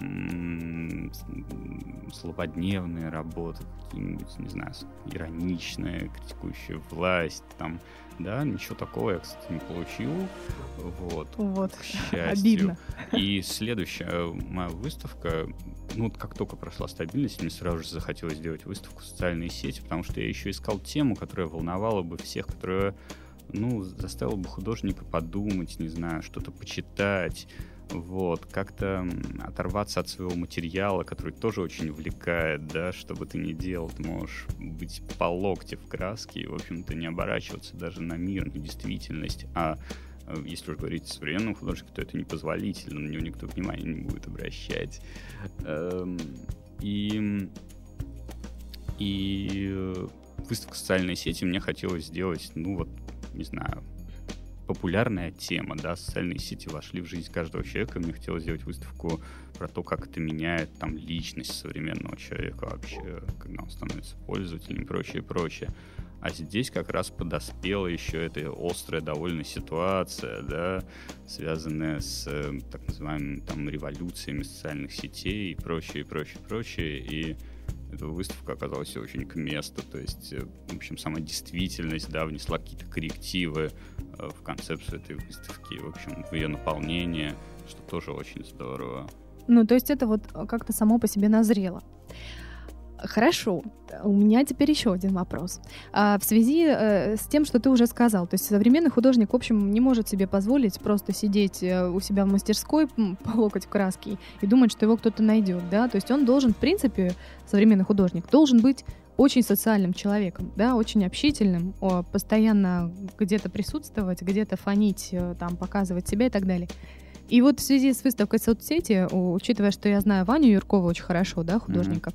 S4: злободневные работы, какие-нибудь, не знаю, ироничные, критикующие власть, там, да, ничего такого я, кстати, не получил, вот, к счастью.
S3: Обидно.
S4: И следующая моя выставка, ну, вот как только прошла стабильность, мне сразу же захотелось сделать выставку в социальные сети, потому что я еще искал тему, которая волновала бы всех, которая, ну, заставила бы художника подумать, не знаю, что-то почитать, вот, как-то оторваться от своего материала, который тоже очень увлекает, да, что бы ты ни делал, ты можешь быть по локте в краске и, в общем-то, не оборачиваться даже на мир, на действительность, а если уж говорить о современном художнике, то это непозволительно, на него никто внимания не будет обращать. И выставка «Социальные сети» мне хотелось сделать, ну вот, не знаю, популярная тема, да, социальные сети вошли в жизнь каждого человека, и мне хотелось сделать выставку про то, как это меняет там личность современного человека вообще, когда он становится пользователем и прочее, прочее. А здесь как раз подоспела еще эта острая довольно ситуация, да, связанная с так называемыми там революциями социальных сетей и прочее, прочее, прочее. И эта выставка оказалась очень к месту. То есть, в общем, сама действительность, да, внесла какие-то коррективы в концепцию этой выставки, в общем, в ее наполнение, что тоже очень здорово.
S3: Ну, то есть это вот как-то само по себе назрело. Хорошо. У меня теперь еще один вопрос. В связи с тем, что ты уже сказал, то есть современный художник, в общем, не может себе позволить просто сидеть у себя в мастерской по локоть в краске и думать, что его кто-то найдет, да, то есть он должен, в принципе, современный художник, должен быть очень социальным человеком, да, очень общительным, постоянно где-то присутствовать, где-то фонить, там, показывать себя и так далее. И вот в связи с выставкой соцсети, учитывая, что я знаю Ваню Юркова очень хорошо, да, художника,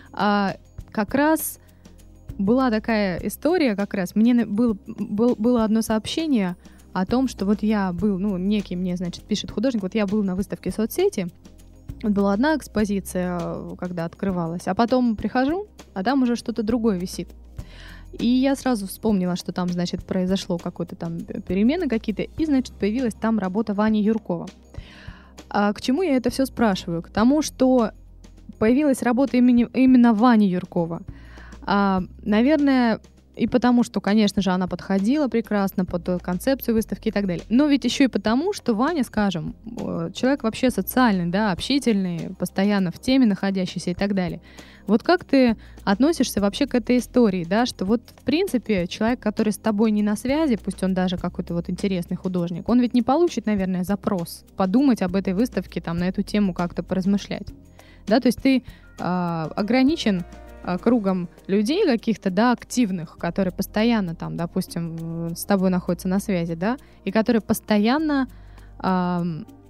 S3: как раз была такая история, как раз мне было одно сообщение о том, что вот я был, ну, некий мне, значит, пишет художник, вот я был на выставке соцсети, вот была одна экспозиция, когда открывалась, а потом прихожу, а там уже что-то другое висит. И я сразу вспомнила, что там, значит, произошло какое-то там перемены какие-то, и, значит, появилась там работа Вани Юркова. А к чему я это все спрашиваю? К тому, что появилась работа именно Вани Юркова. Наверное, и потому, что, конечно же, она подходила прекрасно под концепцию выставки и так далее. Но ведь еще и потому, что Ваня, скажем, человек вообще социальный, да, общительный, постоянно в теме находящийся и так далее. Вот как ты относишься вообще к этой истории, да, что вот, в принципе, человек, который с тобой не на связи, пусть он даже какой-то вот интересный художник, он ведь не получит, наверное, запрос подумать об этой выставке, там, на эту тему как-то поразмышлять, да, то есть ты ограничен кругом людей каких-то, да, активных, которые постоянно там, допустим, с тобой находятся на связи, да, и которые постоянно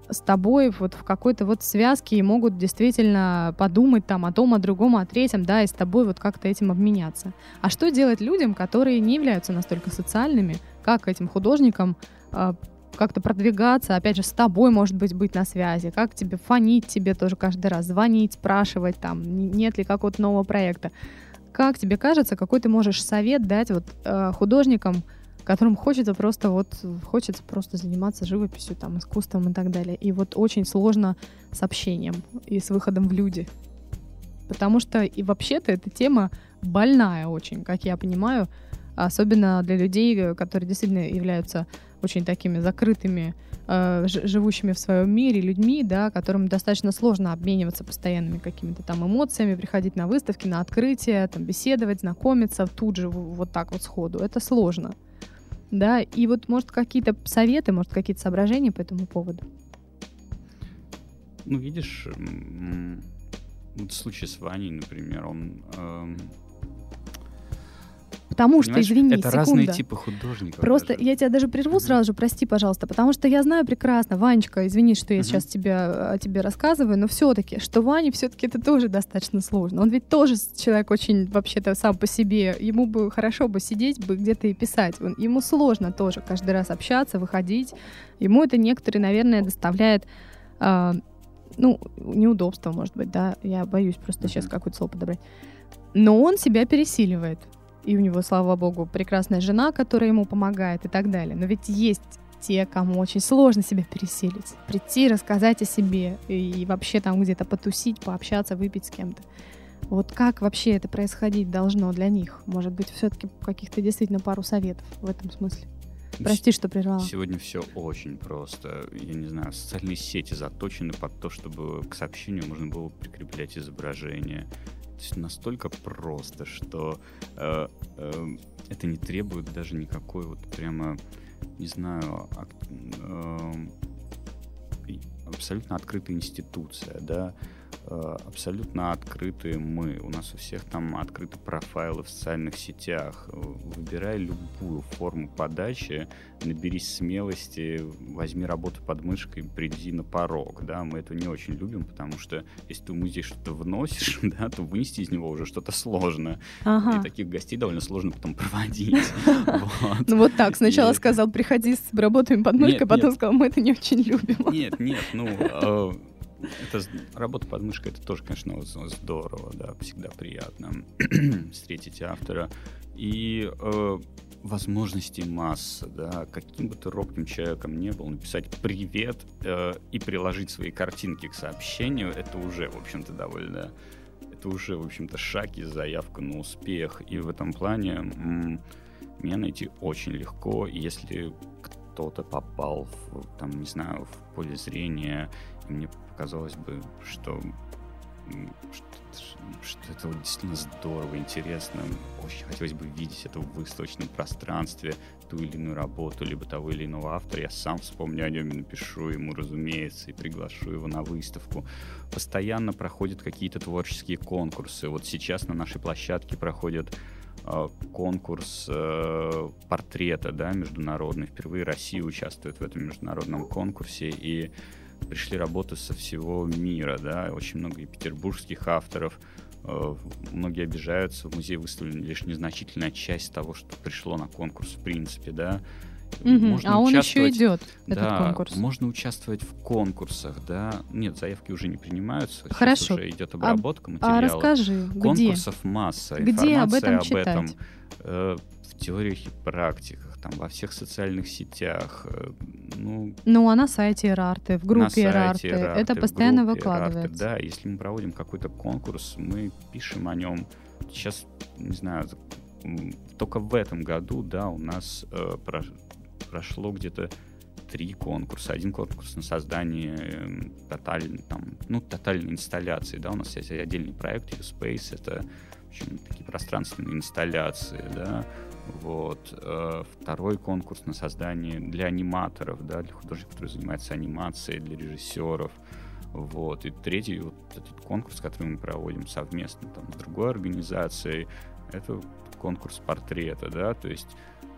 S3: с тобой вот в какой-то вот связке и могут действительно подумать там о том, о другом, о третьем, да, и с тобой вот как-то этим обменяться. А что делать людям, которые не являются настолько социальными, как этим художникам как-то продвигаться, опять же, с тобой, может быть на связи, как тебе фонить тебе тоже каждый раз, звонить, спрашивать там, нет ли какого-то нового проекта. Как тебе кажется, какой ты можешь совет дать вот художникам, которым хочется просто заниматься живописью, там, искусством и так далее. И вот очень сложно с общением и с выходом в люди. Потому что и вообще-то эта тема больная очень, как я понимаю, особенно для людей, которые действительно являются очень такими закрытыми, живущими в своем мире людьми, да, которым достаточно сложно обмениваться постоянными какими-то там эмоциями, приходить на выставки, на открытия, там, беседовать, знакомиться тут же вот так вот сходу. Это сложно. Да, и вот, может, какие-то советы, может, какие-то соображения по этому поводу?
S4: Ну, видишь, в случае с Ваней, например, он...
S3: Потому что, извини,
S4: это разные типы художников.
S3: Просто даже. Я тебя даже прерву сразу же, прости, пожалуйста, потому что я знаю прекрасно, Ванечка, извини, что я сейчас о тебе рассказываю, но все-таки, что Ване все-таки это тоже достаточно сложно. Он ведь тоже человек очень, вообще-то, сам по себе. Ему бы хорошо бы сидеть бы где-то и писать. Ему сложно тоже каждый раз общаться, выходить. Ему это некоторые, наверное, доставляет... неудобство, может быть, да. Я боюсь просто сейчас какое-то слово подобрать. Но он себя пересиливает. И у него, слава богу, прекрасная жена, которая ему помогает и так далее. Но ведь есть те, кому очень сложно себя пересилить. Прийти, рассказать о себе и вообще там где-то потусить, пообщаться, выпить с кем-то. Вот как вообще это происходить должно для них? Может быть, все-таки каких-то действительно пару советов в этом смысле? Прости, что прервала.
S4: Сегодня все очень просто. Я не знаю, социальные сети заточены под то, чтобы к сообщению можно было прикреплять изображение. То есть настолько просто, что это не требует даже никакой вот прямо, не знаю, абсолютно открытая институция, да, абсолютно открытые мы. У нас у всех там открыты профайлы в социальных сетях. Выбирай любую форму подачи, наберись смелости, возьми работу под мышкой, приди на порог. Да? Мы это не очень любим, потому что если ты в музей что-то вносишь, да, то вынести из него уже что-то сложно. И таких гостей довольно сложно потом проводить.
S3: Ну вот так, сначала сказал, приходи с работами под мышкой, потом сказал, мы это не очень любим.
S4: Нет, это работа под мышкой, это тоже, конечно, здорово, да, всегда приятно встретить автора. И возможностей масса, да, каким бы ты робким человеком не был, написать «привет» и приложить свои картинки к сообщению, это уже, в общем-то, это уже, в общем-то, шаг и заявка на успех. И в этом плане меня найти очень легко, если кто-то попал там, не знаю, в поле зрения, и мне показалось бы, что это вот действительно здорово, интересно. Очень хотелось бы видеть это в выставочном пространстве, ту или иную работу, либо того или иного автора. Я сам вспомню о нем и напишу ему, разумеется, и приглашу его на выставку. Постоянно проходят какие-то творческие конкурсы. Вот сейчас на нашей площадке проходит конкурс портрета, да, международный. Впервые Россия участвует в этом международном конкурсе, и пришли работы со всего мира, да, очень много и петербургских авторов. Многие обижаются, в музее выставлена лишь незначительная часть того, что пришло на конкурс в принципе, да.
S3: А он еще идет, этот конкурс.
S4: Можно участвовать в конкурсах, да. Нет, заявки уже не принимаются.
S3: Хорошо.
S4: Сейчас уже идет обработка материала.
S3: А расскажи,
S4: конкурсов масса.
S3: Где об этом читать?
S4: В теориях и практиках, там, во всех социальных сетях.
S3: А на сайте Эрарте, в группе Эрарте. Это постоянно выкладывается.
S4: Да, если мы проводим какой-то конкурс, мы пишем о нем. Сейчас, не знаю, только в этом году, да, у нас прошло где-то 3 конкурса. Один конкурс на создание тотальной инсталляции, да, у нас есть отдельный проект U-Space, это, в общем, такие пространственные инсталляции, да. Вот. Второй конкурс на создание для аниматоров, да, для художников, которые занимаются анимацией, для режиссеров. Вот. И третий вот этот конкурс, который мы проводим совместно там, с другой организацией, это конкурс портрета, да, то есть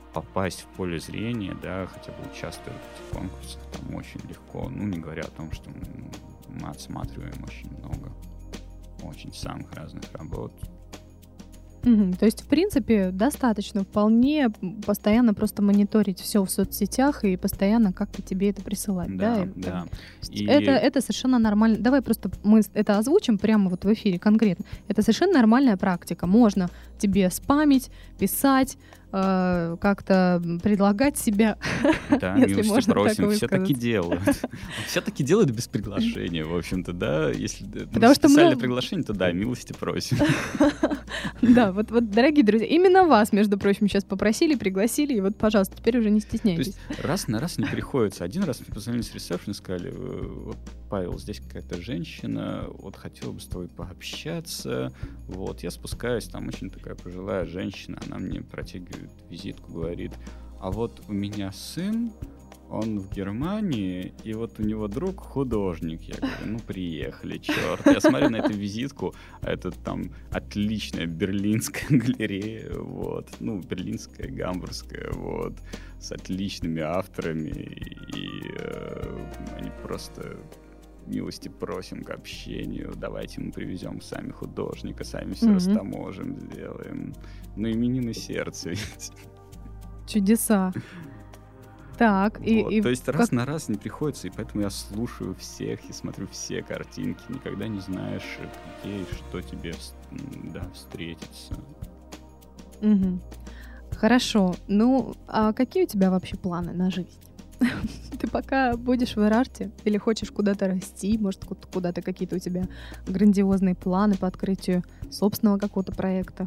S4: попасть в поле зрения, да, хотя бы участвовать в этих конкурсах, там очень легко. Ну, не говоря о том, что мы отсматриваем очень много, очень самых разных работ.
S3: То есть, в принципе, достаточно вполне постоянно просто мониторить все в соцсетях и постоянно как-то тебе это присылать, да?
S4: Да.
S3: Это совершенно нормально. Давай просто мы это озвучим прямо вот в эфире конкретно. Это совершенно нормальная практика. Можно тебе спамить, писать, как-то предлагать себя,
S4: да,
S3: если можно так
S4: просим, все таки
S3: высказаться.
S4: делают. Все таки делают без приглашения, в общем-то, да. Если
S3: Потому что
S4: специальное приглашение, то да, милости просим.
S3: Да, вот, дорогие друзья, именно вас, между прочим, сейчас попросили, пригласили, и вот, пожалуйста, теперь уже не
S4: То
S3: стесняйтесь.
S4: есть раз на раз не приходится. Один раз мне позвонили с ресепшн и сказали: вот, Павел, здесь какая-то женщина, вот хотела бы с тобой пообщаться. Вот, я спускаюсь, там очень такая пожилая женщина, она мне протягивает визитку, говорит: а вот у меня сын, он в Германии, и вот у него друг художник. Я говорю: ну, приехали, черт. Я смотрю на эту визитку, а это там отличная берлинская галерея, вот, ну, берлинская, гамбургская, вот, с отличными авторами, и они просто: милости просим к общению, давайте мы привезем сами художника, сами все растаможим, сделаем. Ну, именины сердца ведь.
S3: Чудеса. Так,
S4: Вот,
S3: и
S4: то есть раз на раз не приходится, и поэтому я слушаю всех и смотрю все картинки. Никогда не знаешь, где и что тебе встретится.
S3: Хорошо. Ну, а какие у тебя вообще планы на жизнь? Ты пока будешь в Эрарте или хочешь куда-то расти? Может, куда-то какие-то у тебя грандиозные планы по открытию собственного какого-то проекта?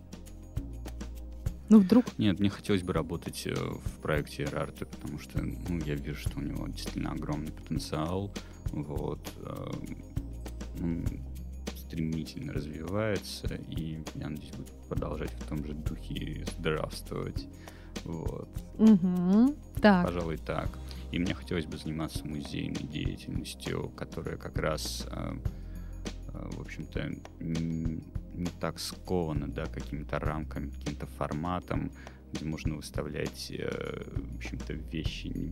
S3: Ну, вдруг...
S4: Нет, мне хотелось бы работать в проекте Эрарте, потому что, ну, я вижу, что у него действительно огромный потенциал. Вот. Он стремительно развивается, и я надеюсь, будет продолжать в том же духе и здравствовать. Вот.
S3: Так.
S4: Пожалуй, так. И мне хотелось бы заниматься музейной деятельностью, которая как раз, в общем-то, не так скована, да, какими-то рамками, каким-то форматом, где можно выставлять, в общем-то, вещи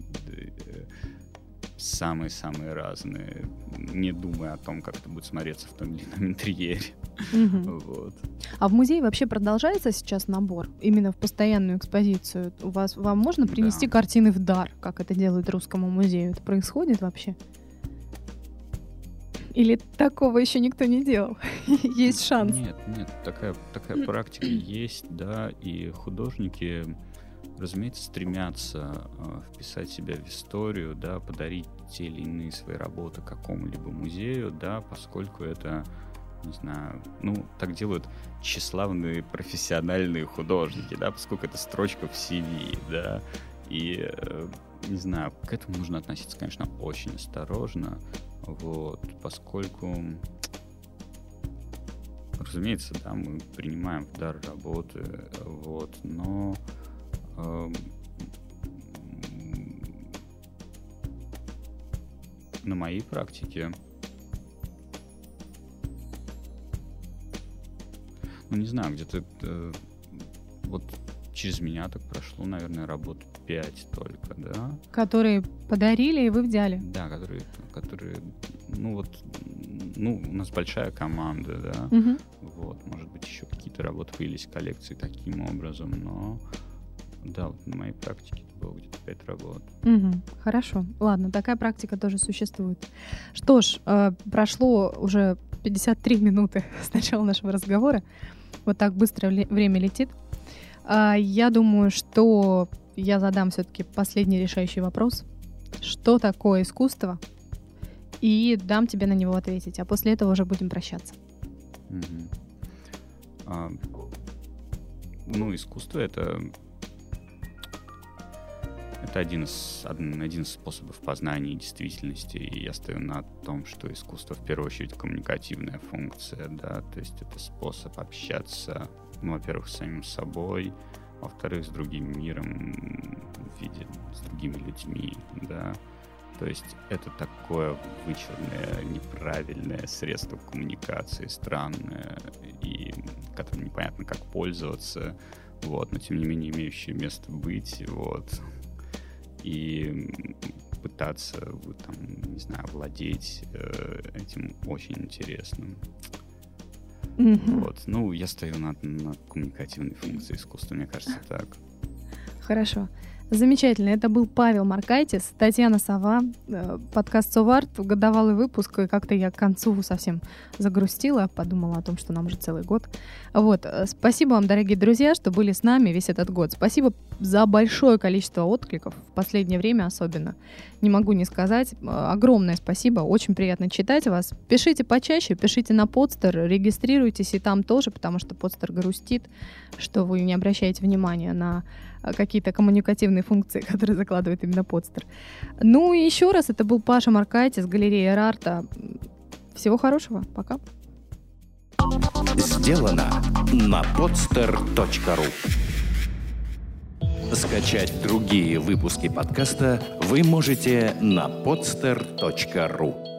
S4: самые-самые разные, не думая о том, как это будет смотреться в том или ином интерьере. Вот.
S3: А в музее вообще продолжается сейчас набор? Именно в постоянную экспозицию? Вам можно принести картины в дар, как это делают Русскому музею? Это происходит вообще? Или такого еще никто не делал? Есть шанс?
S4: Нет, такая практика есть, да, и художники, разумеется, стремятся вписать себя в историю, да, подарить те или иные свои работы какому-либо музею, да, поскольку это, не знаю, ну, так делают тщеславные профессиональные художники, да, поскольку это строчка в CV, да, и, не знаю, к этому нужно относиться, конечно, очень осторожно, вот, поскольку, разумеется, да, мы принимаем в дар работы, вот, но на моей практике, ну, не знаю, где-то вот через меня так прошло, наверное, работ 5 только, да.
S3: Которые подарили, и вы взяли?
S4: Да, которые, ну, вот, ну, у нас большая команда, да, вот, может быть, еще какие-то работы появились в коллекции таким образом, но, да, вот на моей практике это было где-то 5 работ.
S3: Хорошо, ладно, такая практика тоже существует. Что ж, прошло уже 53 минуты с начала нашего разговора, вот так быстро время летит. Я думаю, что я задам все-таки последний решающий вопрос. Что такое искусство? И дам тебе на него ответить, а после этого уже будем прощаться.
S4: Ну, искусство — это один из способов познания действительности, и я стою на том, что искусство в первую очередь коммуникативная функция, да, то есть это способ общаться, ну, во-первых, с самим собой, во-вторых, с другим миром, в виде с другими людьми, да, то есть это такое вычурное, неправильное средство коммуникации, странное, и которым непонятно, как пользоваться, вот, но тем не менее имеющие место быть, вот, и пытаться, там, не знаю, владеть этим очень интересным. Вот. Ну, я стою на коммуникативной функции искусства, мне кажется, так.
S3: Хорошо. Замечательно. Это был Павел Маркайтис, Татьяна Сова, подкаст «Соварт», годовалый выпуск, и как-то я к концу совсем загрустила, подумала о том, что нам уже целый год. Вот. Спасибо вам, дорогие друзья, что были с нами весь этот год. Спасибо за большое количество откликов, в последнее время особенно. Не могу не сказать. Огромное спасибо, очень приятно читать вас. Пишите почаще, пишите на Podster, регистрируйтесь и там тоже, потому что Podster грустит, что вы не обращаете внимания на какие-то коммуникативные функции, которые закладывает именно Podster. Ну и еще раз, это был Паша Маркайтис, галерея Эрарта. Всего хорошего, пока.
S1: Сделано на podster.ru. Скачать другие выпуски подкаста вы можете на podster.ru.